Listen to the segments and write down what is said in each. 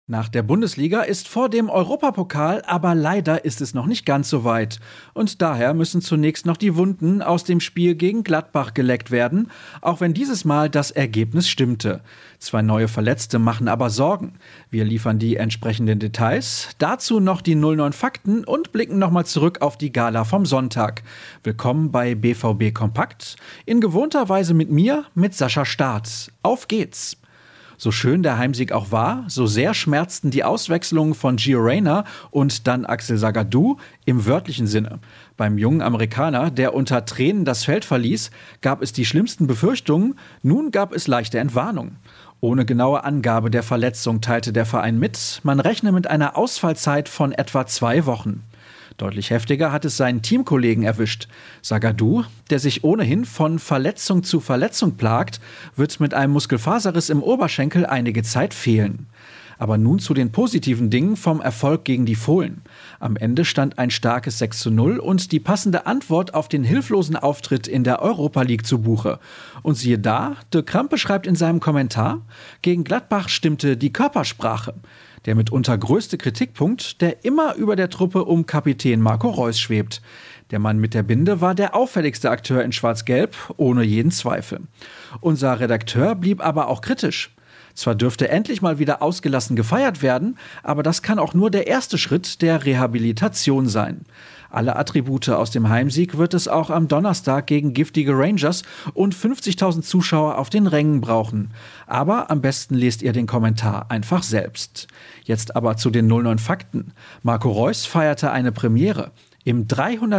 Nach der Bundesliga ist vor dem Europapokal, aber leider ist es noch nicht ganz so weit. Und daher müssen zunächst noch die Wunden aus dem Spiel gegen Gladbach geleckt werden, auch wenn dieses Mal das Ergebnis stimmte. 2 neue Verletzte machen aber Sorgen. Wir liefern die entsprechenden Details, dazu noch die 09 Fakten und blicken nochmal zurück auf die Gala vom Sonntag. Willkommen bei BVB Kompakt, in gewohnter Weise mit mir, mit Sascha Staat. Auf geht's! So schön der Heimsieg auch war, so sehr schmerzten die Auswechslungen von Gio Reyna und dann Axel Sagadou im wörtlichen Sinne. Beim jungen Amerikaner, der unter Tränen das Feld verließ, gab es die schlimmsten Befürchtungen, nun gab es leichte Entwarnung. Ohne genaue Angabe der Verletzung teilte der Verein mit, man rechne mit einer Ausfallzeit von etwa 2 Wochen. Deutlich heftiger hat es seinen Teamkollegen erwischt. Sagadou, der sich ohnehin von Verletzung zu Verletzung plagt, wird mit einem Muskelfaserriss im Oberschenkel einige Zeit fehlen. Aber nun zu den positiven Dingen vom Erfolg gegen die Fohlen. Am Ende stand ein starkes 6:0 und die passende Antwort auf den hilflosen Auftritt in der Europa League zu Buche. Und siehe da, De Krampe schreibt in seinem Kommentar, gegen Gladbach stimmte die Körpersprache. Der mitunter größte Kritikpunkt, der immer über der Truppe um Kapitän Marco Reus schwebt. Der Mann mit der Binde war der auffälligste Akteur in Schwarz-Gelb, ohne jeden Zweifel. Unser Redakteur blieb aber auch kritisch. Zwar dürfte endlich mal wieder ausgelassen gefeiert werden, aber das kann auch nur der erste Schritt der Rehabilitation sein. Alle Attribute aus dem Heimsieg wird es auch am Donnerstag gegen giftige Rangers und 50.000 Zuschauer auf den Rängen brauchen. Aber am besten lest ihr den Kommentar einfach selbst. Jetzt aber zu den 09 Fakten. Marco Reus feierte eine Premiere. Im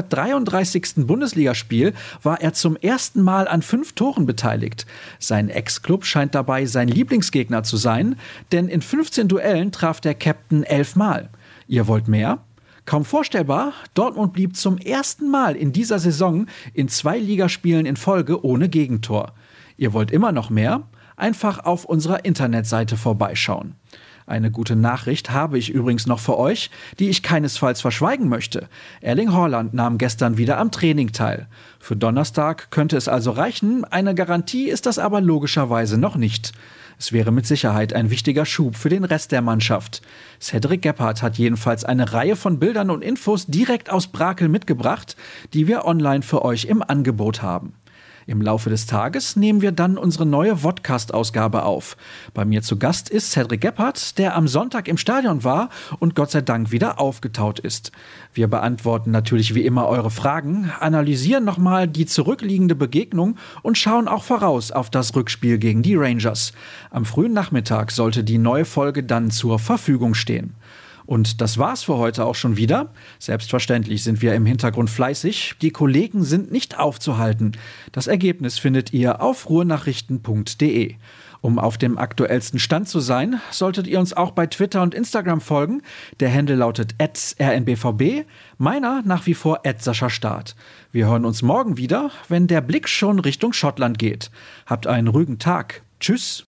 333. Bundesligaspiel war er zum ersten Mal an 5 Toren beteiligt. Sein Ex-Club scheint dabei sein Lieblingsgegner zu sein, denn in 15 Duellen traf der Captain 11 Mal. Ihr wollt mehr? Kaum vorstellbar, Dortmund blieb zum ersten Mal in dieser Saison in 2 Ligaspielen in Folge ohne Gegentor. Ihr wollt immer noch mehr? Einfach auf unserer Internetseite vorbeischauen. Eine gute Nachricht habe ich übrigens noch für euch, die ich keinesfalls verschweigen möchte. Erling Haaland nahm gestern wieder am Training teil. Für Donnerstag könnte es also reichen, eine Garantie ist das aber logischerweise noch nicht. Es wäre mit Sicherheit ein wichtiger Schub für den Rest der Mannschaft. Cedric Gebhardt hat jedenfalls eine Reihe von Bildern und Infos direkt aus Brakel mitgebracht, die wir online für euch im Angebot haben. Im Laufe des Tages nehmen wir dann unsere neue Vodcast-Ausgabe auf. Bei mir zu Gast ist Cedric Gebhardt, der am Sonntag im Stadion war und Gott sei Dank wieder aufgetaut ist. Wir beantworten natürlich wie immer eure Fragen, analysieren nochmal die zurückliegende Begegnung und schauen auch voraus auf das Rückspiel gegen die Rangers. Am frühen Nachmittag sollte die neue Folge dann zur Verfügung stehen. Und das war's für heute auch schon wieder. Selbstverständlich sind wir im Hintergrund fleißig. Die Kollegen sind nicht aufzuhalten. Das Ergebnis findet ihr auf ruhrnachrichten.de. Um auf dem aktuellsten Stand zu sein, solltet ihr uns auch bei Twitter und Instagram folgen. Der Handle lautet @rnbvb, meiner nach wie vor @SaschaStaat. Wir hören uns morgen wieder, wenn der Blick schon Richtung Schottland geht. Habt einen ruhigen Tag. Tschüss.